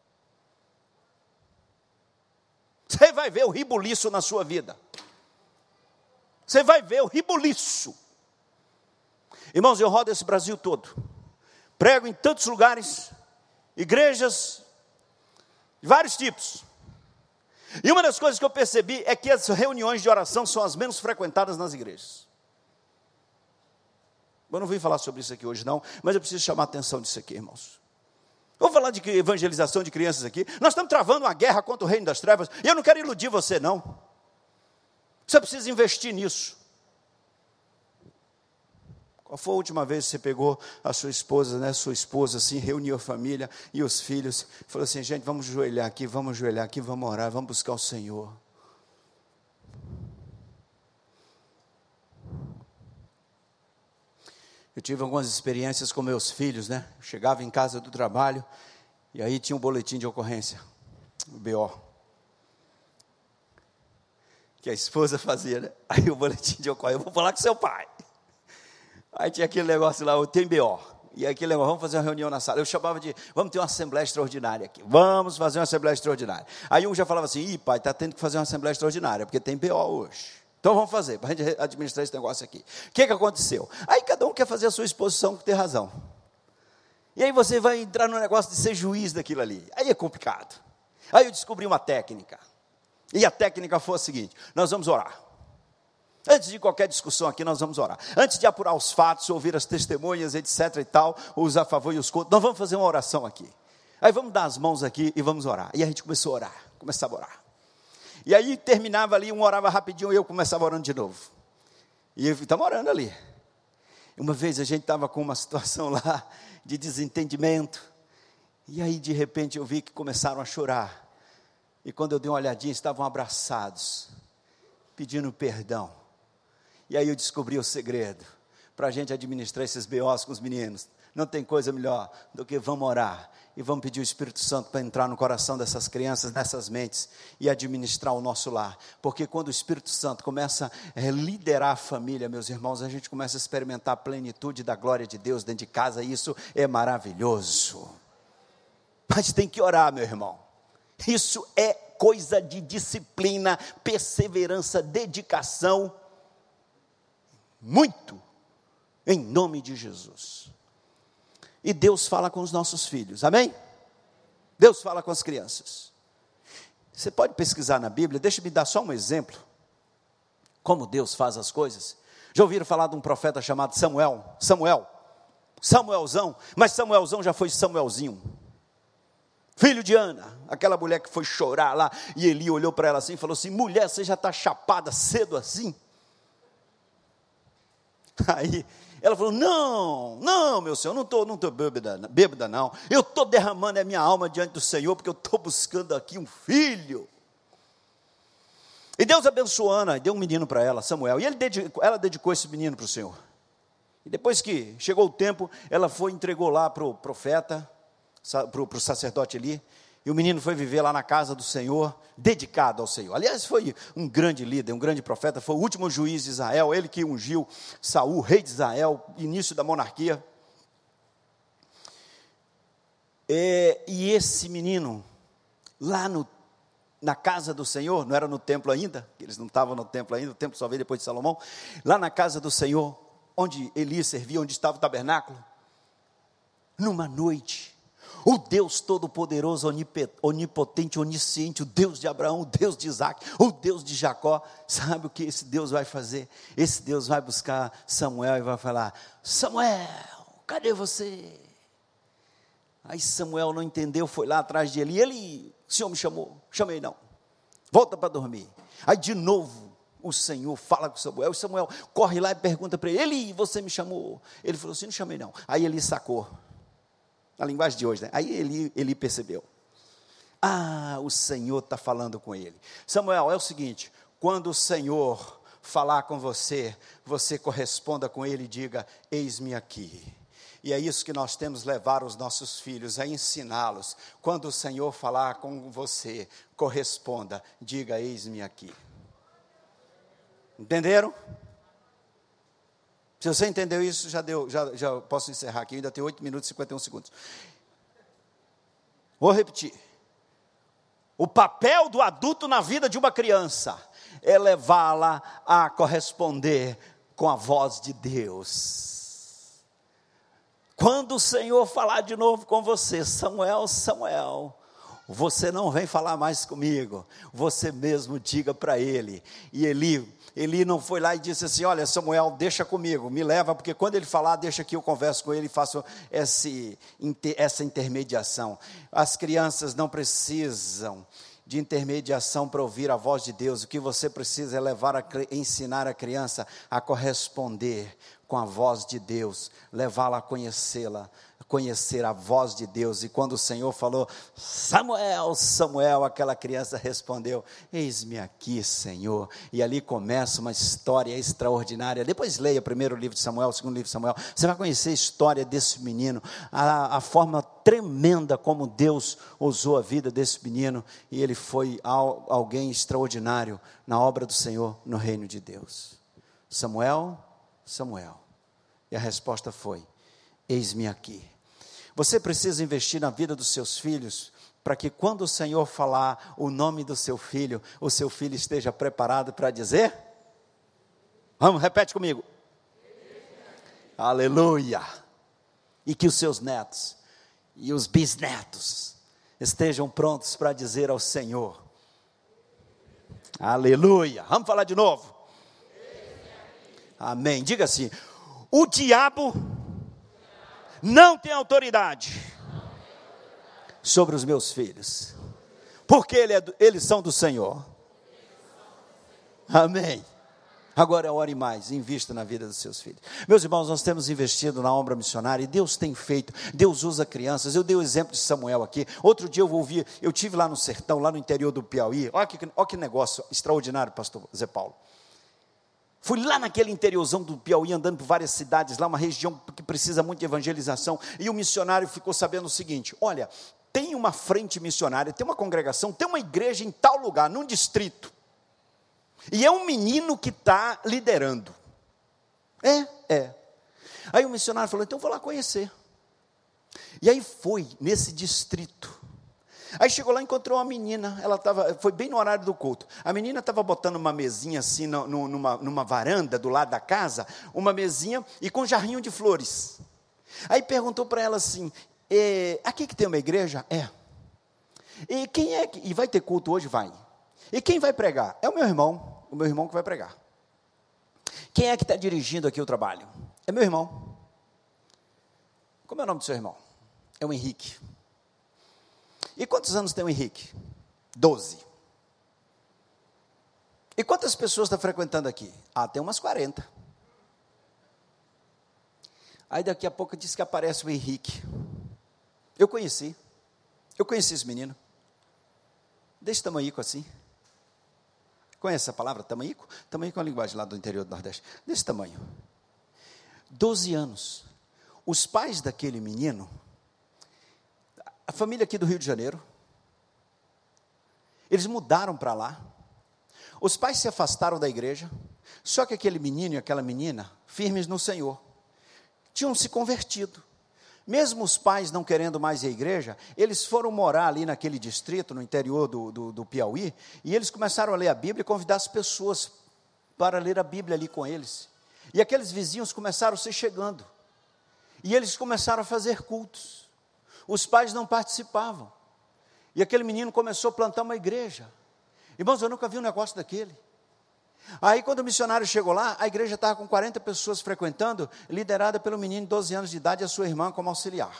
Você vai ver o ribuliço na sua vida. Você vai ver o ribuliço. Irmãos, eu rodo esse Brasil todo. Prego em tantos lugares, igrejas de vários tipos. E uma das coisas que eu percebi é que as reuniões de oração são as menos frequentadas nas igrejas. Eu não vim falar sobre isso aqui hoje não, mas eu preciso chamar a atenção disso aqui, irmãos. Vamos falar de evangelização de crianças aqui. Nós estamos travando uma guerra contra o reino das trevas, e eu não quero iludir você não. Você precisa investir nisso. Qual foi a última vez que você pegou a sua esposa, né, sua esposa assim, reuniu a família e os filhos, falou assim, gente, vamos ajoelhar aqui, vamos orar, vamos buscar o Senhor. Eu tive algumas experiências com meus filhos, né? Chegava em casa do trabalho e aí tinha um boletim de ocorrência, o BO, que a esposa fazia, né? Aí o boletim de ocorrência, eu vou falar com seu pai. Aí tinha aquele negócio lá, o tem BO. E aí aquele negócio, vamos fazer uma reunião na sala. Eu chamava de, vamos ter uma assembleia extraordinária aqui. Vamos fazer uma assembleia extraordinária. Aí um já falava assim, ih pai, está tendo que fazer uma assembleia extraordinária, porque tem BO hoje. Então vamos fazer, para a gente administrar esse negócio aqui. O que aconteceu? Aí cada um quer fazer a sua exposição, que tem razão. E aí você vai entrar no negócio de ser juiz daquilo ali. Aí é complicado. Aí eu descobri uma técnica. E a técnica foi a seguinte, nós vamos orar. Antes de qualquer discussão aqui, nós vamos orar. Antes de apurar os fatos, ouvir as testemunhas, etc. e tal, os a favor e os contra, nós vamos fazer uma oração aqui. Aí vamos dar as mãos aqui e vamos orar. E a gente começava a orar. E aí terminava ali, um orava rapidinho e eu começava orando de novo. E estamos orando ali. Uma vez a gente estava com uma situação lá de desentendimento. E aí de repente eu vi que começaram a chorar. E quando eu dei uma olhadinha, estavam abraçados, pedindo perdão. E aí eu descobri o segredo, para a gente administrar esses BOs com os meninos. Não tem coisa melhor do que vamos orar, e vamos pedir o Espírito Santo para entrar no coração dessas crianças, nessas mentes, e administrar o nosso lar. Porque quando o Espírito Santo começa a liderar a família, meus irmãos, a gente começa a experimentar a plenitude da glória de Deus dentro de casa, e isso é maravilhoso. Mas tem que orar, meu irmão. Isso é coisa de disciplina, perseverança, dedicação, muito, em nome de Jesus. E Deus fala com os nossos filhos, amém? Deus fala com as crianças. Você pode pesquisar na Bíblia, deixa-me dar só um exemplo, como Deus faz as coisas. Já ouviram falar de um profeta chamado Samuelzão, mas Samuelzão já foi Samuelzinho. Filho de Ana, aquela mulher que foi chorar lá, e Eli olhou para ela assim e falou assim, mulher, você já está chapada cedo assim? Aí ela falou, não, meu Senhor, não estou bêbada não, eu estou derramando a minha alma diante do Senhor, porque eu estou buscando aqui um filho. E Deus abençoou Ana, e deu um menino para ela, Samuel, e ela dedicou esse menino para o Senhor. E depois que chegou o tempo, ela foi e entregou lá para o profeta, para o sacerdote ali, e o menino foi viver lá na casa do Senhor, dedicado ao Senhor. Aliás, foi um grande líder, um grande profeta, foi o último juiz de Israel, ele que ungiu Saul, rei de Israel, início da monarquia. E esse menino, lá na casa do Senhor, não era no templo ainda, eles não estavam no templo ainda, o templo só veio depois de Salomão, lá na casa do Senhor, onde Eli servia, onde estava o tabernáculo, numa noite, o Deus todo-poderoso, onipotente, onisciente, o Deus de Abraão, o Deus de Isaac, o Deus de Jacó, sabe o que esse Deus vai fazer? Esse Deus vai buscar Samuel e vai falar, Samuel, cadê você? Aí Samuel não entendeu, foi lá atrás de Eli, o Senhor me chamou, chamei não, volta para dormir. Aí de novo, o Senhor fala com Samuel, e Samuel corre lá e pergunta para ele, Eli, você me chamou? Ele falou assim, não chamei não. Aí Eli sacou, na linguagem de hoje, né? Aí ele percebeu, o Senhor está falando com ele. Samuel, é o seguinte, quando o Senhor falar com você, você corresponda com ele e diga, eis-me aqui. E é isso que nós temos que levar os nossos filhos, a ensiná-los. Quando o Senhor falar com você, corresponda, diga: eis-me aqui. Entenderam? Se você entendeu isso, já posso encerrar aqui, ainda tem 8 minutos e 51 segundos. Vou repetir. O papel do adulto na vida de uma criança é levá-la a corresponder com a voz de Deus. Quando o Senhor falar de novo com você: Samuel, Samuel, você não vem falar mais comigo, você mesmo diga para ele. E Eli não foi lá e disse assim: olha, Samuel, deixa comigo, me leva, porque quando ele falar, deixa que eu converso com ele e faço essa intermediação. As crianças não precisam de intermediação para ouvir a voz de Deus. O que você precisa é ensinar a criança a corresponder com a voz de Deus, levá-la a conhecer a voz de Deus. E quando o Senhor falou: Samuel, Samuel, aquela criança respondeu: eis-me aqui, Senhor. E ali começa uma história extraordinária. Depois leia o primeiro livro de Samuel, o segundo livro de Samuel, você vai conhecer a história desse menino, a forma tremenda como Deus usou a vida desse menino, e ele foi alguém extraordinário na obra do Senhor, no reino de Deus. Samuel, Samuel. E a resposta foi: eis-me aqui. Você precisa investir na vida dos seus filhos, para que quando o Senhor falar o nome do seu filho, o seu filho esteja preparado para dizer: vamos, repete comigo. Aleluia. E que os seus netos e os bisnetos estejam prontos para dizer ao Senhor: aleluia. Vamos falar de novo. Amém. Diga assim: o diabo não tem autoridade sobre os meus filhos, porque eles são do Senhor. Amém. Agora ore mais, invista na vida dos seus filhos. Meus irmãos, nós temos investido na obra missionária, e Deus tem feito, Deus usa crianças. Eu dei o exemplo de Samuel aqui. Outro dia eu tive lá no sertão, lá no interior do Piauí. Olha que negócio extraordinário, pastor Zé Paulo. Fui lá naquele interiorzão do Piauí, andando por várias cidades, lá uma região que precisa muito de evangelização, e o missionário ficou sabendo o seguinte: olha, tem uma frente missionária, tem uma congregação, tem uma igreja em tal lugar, num distrito, e é um menino que está liderando. Aí o missionário falou: então vou lá conhecer. E aí foi nesse distrito. Aí chegou lá, encontrou uma menina, foi bem no horário do culto. A menina estava botando uma mesinha assim, numa varanda do lado da casa, uma mesinha e com um jarrinho de flores. Aí perguntou para ela assim: aqui que tem uma igreja? E quem é e vai ter culto hoje? Vai. E quem vai pregar? É o meu irmão que vai pregar. Quem é que está dirigindo aqui o trabalho? É meu irmão. Como é o nome do seu irmão? É o Henrique. E quantos anos tem o Henrique? 12. E quantas pessoas está frequentando aqui? Tem umas 40. Aí daqui a pouco diz que aparece o Henrique. Eu conheci esse menino. Desse tamanhico assim. Conhece essa palavra, tamanhico? Tamanhico é uma linguagem lá do interior do Nordeste. Desse tamanho. 12 anos. Os pais daquele menino, a família aqui do Rio de Janeiro, eles mudaram para lá. Os pais se afastaram da igreja, só que aquele menino e aquela menina, firmes no Senhor, tinham se convertido. Mesmo os pais não querendo mais ir à igreja, eles foram morar ali naquele distrito, no interior do Piauí, e eles começaram a ler a Bíblia e convidar as pessoas para ler a Bíblia ali com eles. E aqueles vizinhos começaram a se chegando, e eles começaram a fazer cultos. Os pais não participavam. E aquele menino começou a plantar uma igreja. Irmãos, eu nunca vi um negócio daquele. Aí quando o missionário chegou lá, a igreja estava com 40 pessoas frequentando, liderada pelo menino de 12 anos de idade e a sua irmã como auxiliar.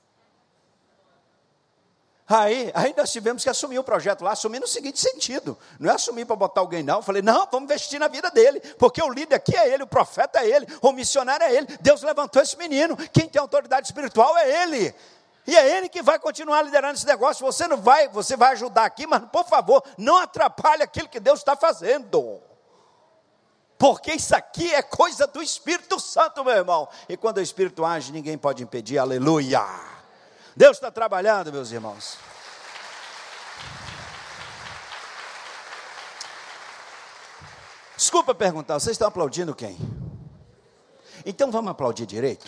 Aí nós tivemos que assumir o projeto lá, assumir no seguinte sentido, não é assumir para botar alguém não, eu falei, não, vamos investir na vida dele, porque o líder aqui é ele, o profeta é ele, o missionário é ele, Deus levantou esse menino, quem tem autoridade espiritual é ele. E é ele que vai continuar liderando esse negócio. Você vai ajudar aqui, mas por favor, não atrapalhe aquilo que Deus está fazendo. Porque isso aqui é coisa do Espírito Santo, meu irmão. E quando o Espírito age, ninguém pode impedir. Aleluia. Deus está trabalhando, meus irmãos. Desculpa perguntar, vocês estão aplaudindo quem? Então vamos aplaudir direito?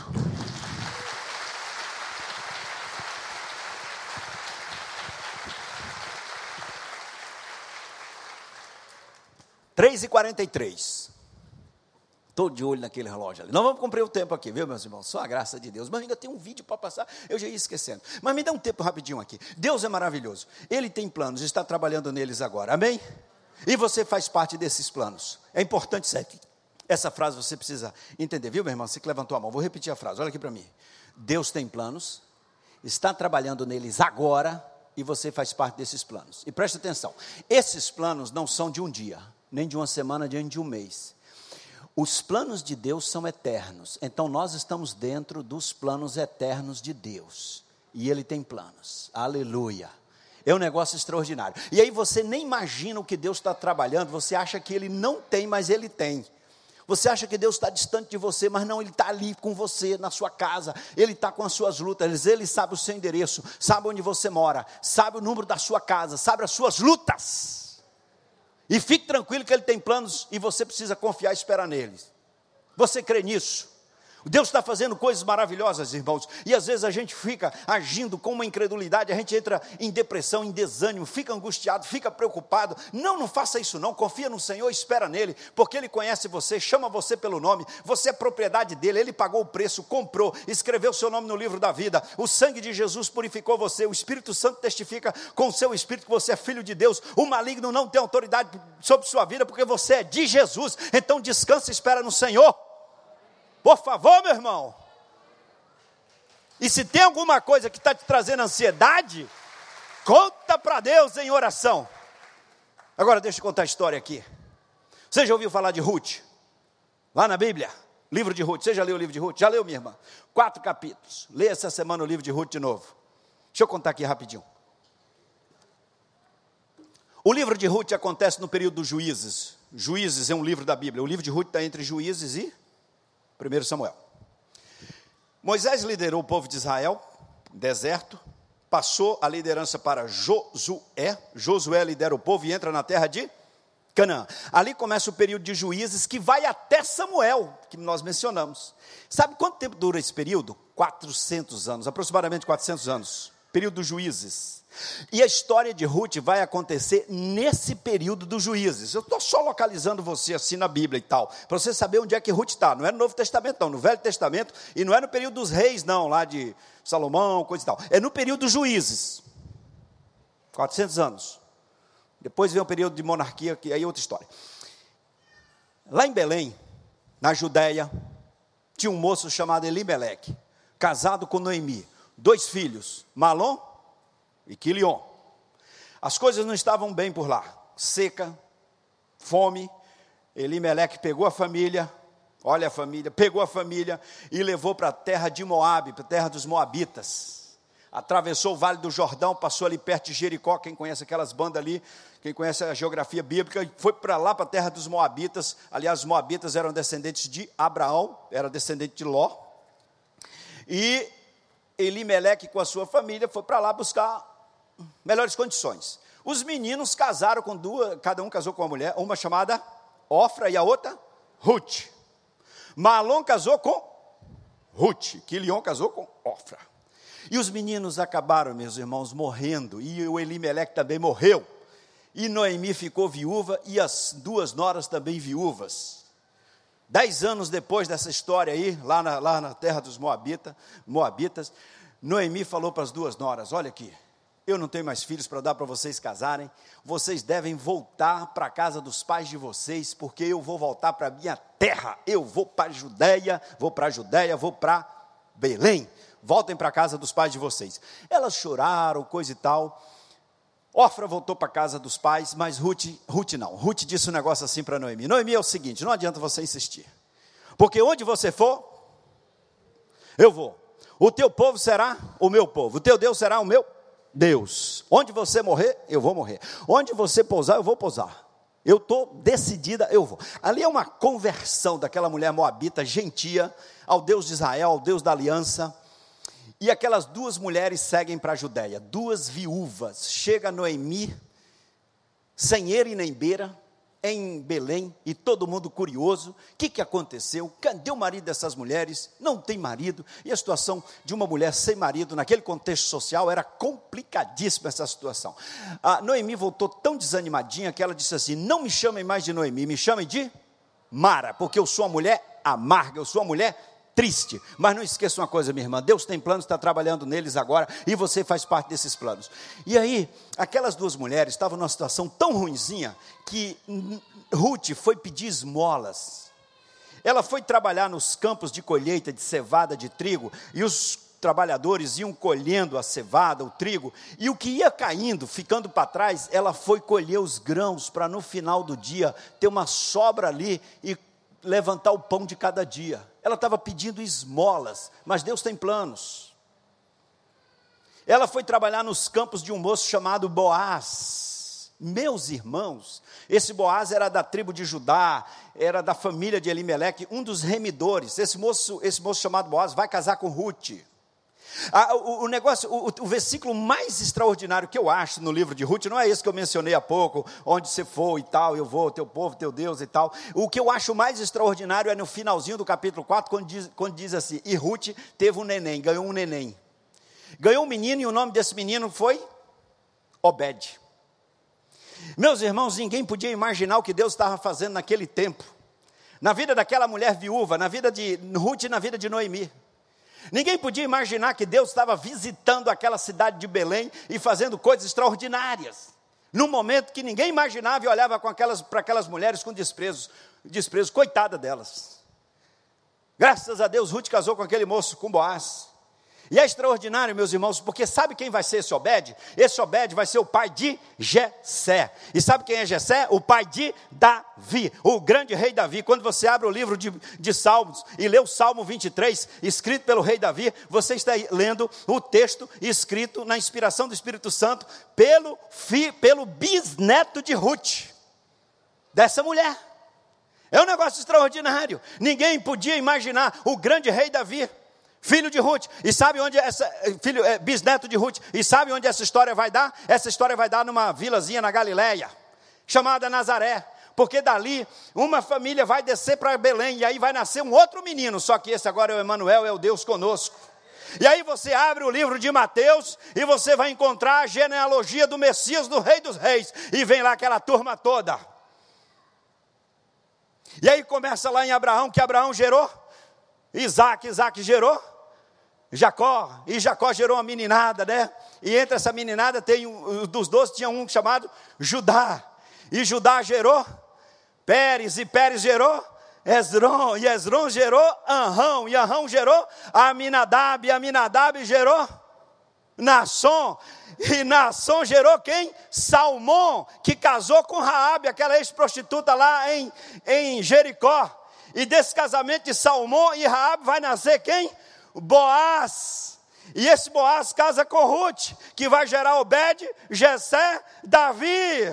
Três e 43. Estou de olho naquele relógio ali. Não vamos cumprir o tempo aqui, viu, meus irmãos? Só a graça de Deus. Mas ainda tem um vídeo para passar, eu já ia esquecendo. Mas me dá um tempo rapidinho aqui. Deus é maravilhoso. Ele tem planos, está trabalhando neles agora. Amém? E você faz parte desses planos. É importante isso aqui. Essa frase você precisa entender, viu, meu irmão? Você que levantou a mão. Vou repetir a frase, olha aqui para mim. Deus tem planos, está trabalhando neles agora, e você faz parte desses planos. E preste atenção, esses planos não são de um dia, nem de uma semana, nem de um mês. Os planos de Deus são eternos. Então nós estamos dentro dos planos eternos de Deus. E Ele tem planos. Aleluia. É um negócio extraordinário. E aí você nem imagina o que Deus está trabalhando. Você acha que Ele não tem, mas Ele tem. Você acha que Deus está distante de você, mas não, Ele está ali com você, na sua casa. Ele está com as suas lutas. Ele sabe o seu endereço, sabe onde você mora, sabe o número da sua casa, sabe as suas lutas. E fique tranquilo que Ele tem planos e você precisa confiar e esperar neles. Você crê nisso? Deus está fazendo coisas maravilhosas, irmãos, e às vezes a gente fica agindo com uma incredulidade, a gente entra em depressão, em desânimo, fica angustiado, fica preocupado. Não faça isso não, confia no Senhor, espera nele, porque Ele conhece você, chama você pelo nome, você é propriedade dEle, Ele pagou o preço, comprou, escreveu o seu nome no livro da vida, o sangue de Jesus purificou você, o Espírito Santo testifica com o seu Espírito que você é filho de Deus, o maligno não tem autoridade sobre sua vida, porque você é de Jesus. Então descansa e espera no Senhor. Por favor, meu irmão. E se tem alguma coisa que está te trazendo ansiedade, conta para Deus em oração. Agora deixa eu contar a história aqui. Você já ouviu falar de Ruth? Lá na Bíblia, livro de Ruth. Você já leu o livro de Ruth? Já leu, minha irmã? 4 capítulos. Lê essa semana o livro de Ruth de novo. Deixa eu contar aqui rapidinho. O livro de Ruth acontece no período dos Juízes. Juízes é um livro da Bíblia. O livro de Ruth está entre Juízes e 1 Samuel. Moisés liderou o povo de Israel, deserto, passou a liderança para Josué. Josué lidera o povo e entra na terra de Canaã. Ali começa o período de Juízes, que vai até Samuel, que nós mencionamos. Sabe quanto tempo dura esse período? 400 anos, aproximadamente 400 anos. Período dos Juízes. E a história de Ruth vai acontecer nesse período dos Juízes. Eu estou só localizando você assim na Bíblia e tal, para você saber onde é que Ruth está. Não é no Novo Testamento não, no Velho Testamento, e não é no período dos reis não, lá de Salomão, coisa e tal. É no período dos Juízes. 400 anos. Depois vem o período de monarquia, que aí é outra história. Lá em Belém, na Judéia, tinha um moço chamado Elimeleque, casado com Noemi, 2 filhos, Malom e Quilion. As coisas não estavam bem por lá, seca, fome. Elimeleque pegou a família, olha a família, pegou a família e levou para a terra de Moabe, para a terra dos Moabitas. Atravessou o Vale do Jordão, passou ali perto de Jericó, quem conhece aquelas bandas ali, quem conhece a geografia bíblica, foi para lá, para a terra dos Moabitas. Aliás, os Moabitas eram descendentes de Abraão, era descendente de Ló. E Elimeleque com a sua família foi para lá buscar melhores condições. Os meninos casaram com 2, cada um casou com uma mulher, uma chamada Ofra e a outra Ruth. Malom casou com Ruth, Quilion casou com Ofra. E os meninos acabaram, meus irmãos, morrendo, e o Elimeleque também morreu. E Noemi ficou viúva, e as 2 noras também viúvas. 10 anos depois dessa história aí, lá na terra dos Moabitas, Noemi falou para as 2 noras, olha aqui, eu não tenho mais filhos para dar para vocês casarem, vocês devem voltar para a casa dos pais de vocês, porque eu vou voltar para a minha terra, eu vou para a Judéia, vou para Belém, voltem para a casa dos pais de vocês. Elas choraram, coisa e tal. Ofra voltou para a casa dos pais, mas Ruth não. Ruth disse um negócio assim para Noemi. Noemi, é o seguinte, não adianta você insistir. Porque onde você for, eu vou. O teu povo será o meu povo. O teu Deus será o meu Deus. Onde você morrer, eu vou morrer. Onde você pousar, eu vou pousar. Eu estou decidida, eu vou. Ali é uma conversão daquela mulher moabita, gentia, ao Deus de Israel, ao Deus da aliança. E aquelas duas mulheres seguem para a Judéia, duas viúvas. Chega Noemi, sem eira e nem beira, em Belém, e todo mundo curioso. O que aconteceu? Cadê o marido dessas mulheres? Não tem marido. E a situação de uma mulher sem marido, naquele contexto social, era complicadíssima essa situação. A Noemi voltou tão desanimadinha, que ela disse assim: não me chamem mais de Noemi, me chamem de Mara, porque eu sou uma mulher amarga, eu sou uma mulher triste. Mas não esqueça uma coisa, minha irmã, Deus tem planos, está trabalhando neles agora, e você faz parte desses planos. E aí, aquelas duas mulheres estavam numa situação tão ruinzinha, que Ruth foi pedir esmolas. Ela foi trabalhar nos campos de colheita de cevada, de trigo, e os trabalhadores iam colhendo a cevada, o trigo, e o que ia caindo, ficando para trás, ela foi colher os grãos, para no final do dia, ter uma sobra ali, e levantar o pão de cada dia. Ela estava pedindo esmolas, mas Deus tem planos. Ela foi trabalhar nos campos de um moço chamado Boaz. Meus irmãos, esse Boaz era da tribo de Judá, era da família de Elimeleque, um dos remidores. Esse moço chamado Boaz vai casar com Ruth. O versículo mais extraordinário que eu acho no livro de Ruth, não é esse que eu mencionei há pouco, onde você for e tal, eu vou, teu povo, teu Deus e tal. O que eu acho mais extraordinário é no finalzinho do capítulo 4, quando diz assim: e Ruth teve um neném, ganhou um neném. Ganhou um menino, e o nome desse menino foi Obed. Meus irmãos, ninguém podia imaginar o que Deus estava fazendo naquele tempo, na vida daquela mulher viúva, na vida de Ruth e na vida de Noemi. Ninguém podia imaginar que Deus estava visitando aquela cidade de Belém e fazendo coisas extraordinárias, num momento que ninguém imaginava, e olhava para aquelas mulheres com desprezo, coitada delas. Graças a Deus, Ruth casou com aquele moço, com Boaz. E é extraordinário, meus irmãos, porque sabe quem vai ser esse Obed? Esse Obed vai ser o pai de Jessé. E sabe quem é Jessé? O pai de Davi, o grande rei Davi. Quando você abre o livro de Salmos e lê o Salmo 23, escrito pelo rei Davi, você está lendo o texto escrito na inspiração do Espírito Santo pelo bisneto de Ruth, dessa mulher. É um negócio extraordinário. Ninguém podia imaginar o grande rei Davi, filho de Ruth, e sabe onde bisneto de Ruth, e sabe onde essa história vai dar? Essa história vai dar numa vilazinha na Galileia, chamada Nazaré, porque dali uma família vai descer para Belém, e aí vai nascer um outro menino, só que esse agora é o Emanuel, é o Deus conosco. E aí você abre o livro de Mateus, e você vai encontrar a genealogia do Messias, do Rei dos Reis, e vem lá aquela turma toda. E aí começa lá em Abraão, que Abraão gerou Isaac gerou Jacó, e Jacó gerou uma meninada, né? E entre essa meninada dos 12 tinha um chamado Judá, e Judá gerou Pérez, e Pérez gerou Esrom, e Esrom gerou Anrão, e Anrão gerou Aminadab, e Aminadab gerou Naasson, e Naasson gerou quem? Salmão, que casou com Raabe, aquela ex-prostituta lá em Jericó. E desse casamento de Salmão e Raabe vai nascer quem? Boaz. E esse Boaz casa com Ruth, que vai gerar Obed, Jessé, Davi.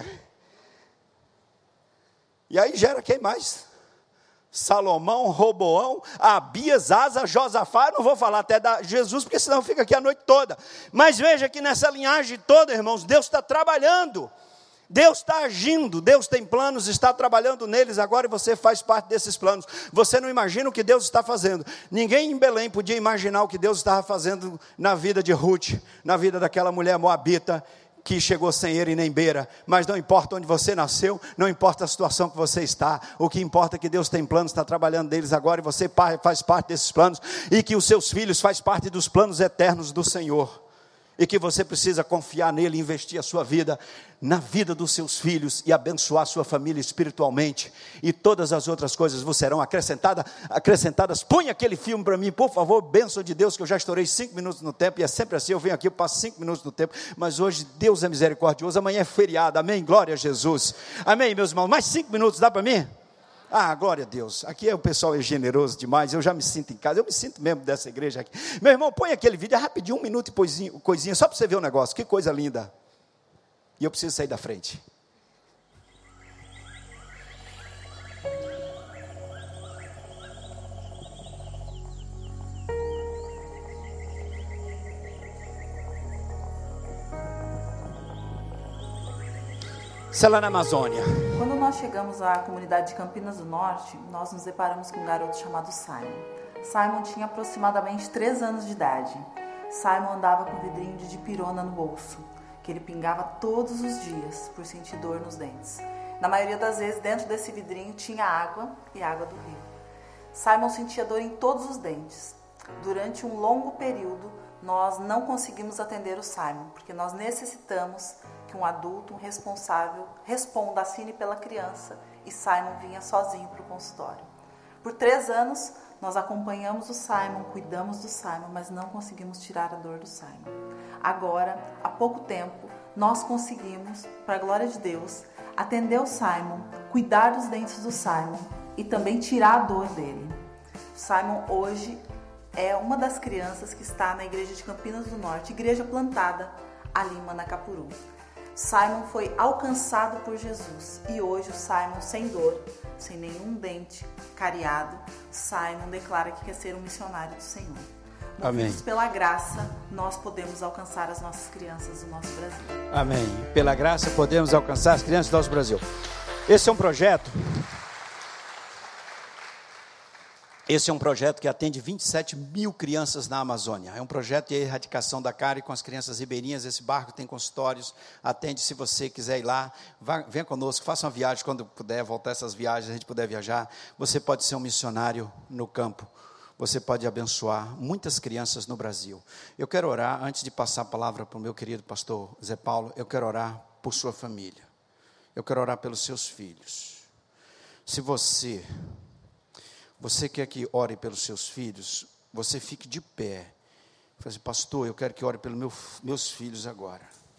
E aí gera quem mais? Salomão, Roboão, Abias, Asa, Josafá. Eu não vou falar até da Jesus, porque senão fica aqui a noite toda. Mas veja que nessa linhagem toda, irmãos, Deus está trabalhando. Deus está agindo, Deus tem planos, está trabalhando neles agora, e você faz parte desses planos. Você não imagina o que Deus está fazendo. Ninguém em Belém podia imaginar o que Deus estava fazendo na vida de Ruth, na vida daquela mulher moabita, que chegou sem eira e nem beira. Mas não importa onde você nasceu, não importa a situação que você está, o que importa é que Deus tem planos, está trabalhando neles agora, e você faz parte desses planos, e que os seus filhos fazem parte dos planos eternos do Senhor. E que você precisa confiar nele, investir a sua vida na vida dos seus filhos, e abençoar a sua família espiritualmente, e todas as outras coisas vos serão acrescentadas. Põe aquele filme para mim, por favor, bênção de Deus, que eu já estourei 5 minutos no tempo, e é sempre assim, eu venho aqui, eu passo 5 minutos no tempo, mas hoje Deus é misericordioso, amanhã é feriado, amém, glória a Jesus, amém, meus irmãos, mais 5 minutos, dá para mim? Ah, glória a Deus, aqui o pessoal é generoso demais, eu já me sinto em casa, eu me sinto mesmo dessa igreja aqui. Meu irmão, põe aquele vídeo, é rapidinho, 1 minuto e coisinha, só para você ver o negócio, que coisa linda. E eu preciso sair da frente. Começa lá na Amazônia. Quando nós chegamos à comunidade de Campinas do Norte, nós nos deparamos com um garoto chamado Simon. Simon tinha aproximadamente 3 anos de idade. Simon andava com um vidrinho de dipirona no bolso, que ele pingava todos os dias por sentir dor nos dentes. Na maioria das vezes, dentro desse vidrinho tinha água e água do rio. Simon sentia dor em todos os dentes. Durante um longo período, nós não conseguimos atender o Simon, porque nós necessitamos que um adulto, um responsável, responda, assine pela criança, e Simon vinha sozinho para o consultório. Por 3 anos, nós acompanhamos o Simon, cuidamos do Simon, mas não conseguimos tirar a dor do Simon. Agora, há pouco tempo, nós conseguimos, para a glória de Deus, atender o Simon, cuidar dos dentes do Simon e também tirar a dor dele. O Simon hoje é uma das crianças que está na igreja de Campinas do Norte, igreja plantada ali em Manacapuru. Simon foi alcançado por Jesus e hoje o Simon, sem dor, sem nenhum dente cariado, Simon declara que quer ser um missionário do Senhor. Movidos pela graça, nós podemos alcançar as nossas crianças do nosso Brasil. Amém. Pela graça podemos alcançar as crianças do nosso Brasil. Esse é um projeto que atende 27 mil crianças na Amazônia. É um projeto de erradicação da cárie com as crianças ribeirinhas. Esse barco tem consultórios, atende se você quiser ir lá. Venha conosco, faça uma viagem quando puder, voltar essas viagens, a gente puder viajar. Você pode ser um missionário no campo. Você pode abençoar muitas crianças no Brasil. Eu quero orar, antes de passar a palavra para o meu querido pastor Zé Paulo, eu quero orar por sua família. Eu quero orar pelos seus filhos. Se você quer que ore pelos seus filhos, você fique de pé. Fala assim, pastor, eu quero que ore pelos meus filhos agora.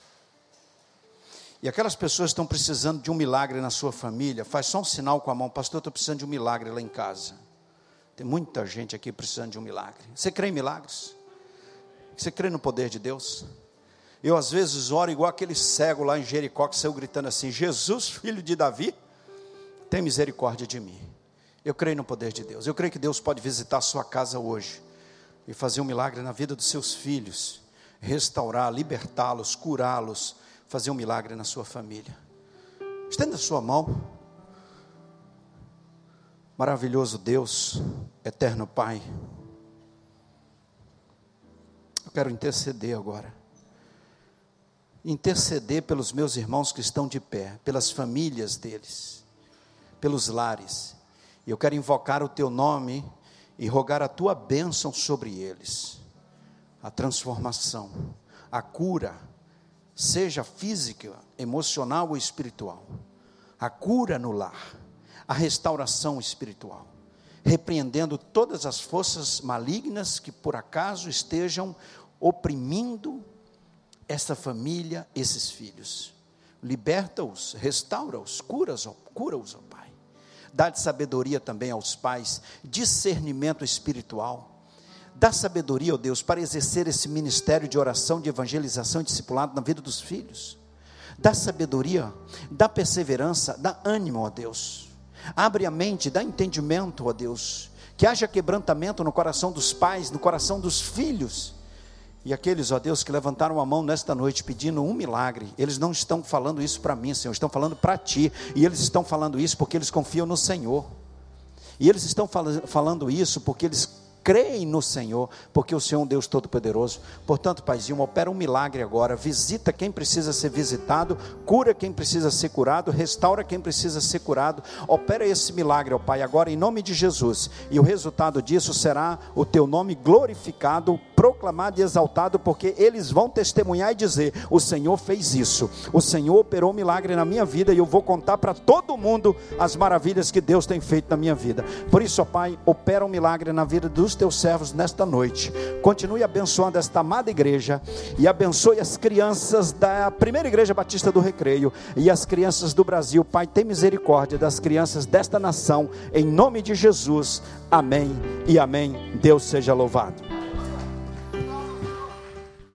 E aquelas pessoas que estão precisando de um milagre na sua família, faz só um sinal com a mão, pastor, eu estou precisando de um milagre lá em casa. Tem muita gente aqui precisando de um milagre. Você crê em milagres? Você crê no poder de Deus? Eu às vezes oro igual aquele cego lá em Jericó que saiu gritando assim, Jesus, filho de Davi, tem misericórdia de mim. Eu creio no poder de Deus. Eu creio que Deus pode visitar a sua casa hoje e fazer um milagre na vida dos seus filhos, restaurar, libertá-los, curá-los, fazer um milagre na sua família. Estenda a sua mão. Maravilhoso Deus, eterno Pai, eu quero interceder agora. Interceder pelos meus irmãos que estão de pé, pelas famílias deles, pelos lares. E eu quero invocar o Teu nome e rogar a Tua bênção sobre eles. A transformação, a cura, seja física, emocional ou espiritual. A cura no lar, a restauração espiritual. Repreendendo todas as forças malignas que por acaso estejam oprimindo essa família, esses filhos. Liberta-os, restaura-os, cura-os, ó Pai. Dá-lhe sabedoria também aos pais, discernimento espiritual. Dá sabedoria, ó Deus, para exercer esse ministério de oração, de evangelização e discipulado na vida dos filhos. Dá sabedoria, dá perseverança, dá ânimo, ó Deus. Abre a mente, dá entendimento, ó Deus. Que haja quebrantamento no coração dos pais, no coração dos filhos. E aqueles, ó Deus, que levantaram a mão nesta noite pedindo um milagre, eles não estão falando isso para mim, Senhor, estão falando para Ti. E eles estão falando isso porque eles confiam no Senhor. E eles estão falando isso porque eles creem no Senhor, porque o Senhor é um Deus todo-poderoso. Portanto, Paizinho, opera um milagre agora, visita quem precisa ser visitado, cura quem precisa ser curado, restaura quem precisa ser curado, opera esse milagre, ó Pai, agora em nome de Jesus, e o resultado disso será o Teu nome glorificado, proclamado e exaltado, porque eles vão testemunhar e dizer, o Senhor fez isso, o Senhor operou um milagre na minha vida, e eu vou contar para todo mundo as maravilhas que Deus tem feito na minha vida. Por isso, ó Pai, opera um milagre na vida dos Teus servos nesta noite. Continue abençoando esta amada igreja e abençoe as crianças da primeira igreja batista do Recreio e as crianças do Brasil. Pai, tem misericórdia das crianças desta nação, em nome de Jesus, amém e amém. Deus seja louvado.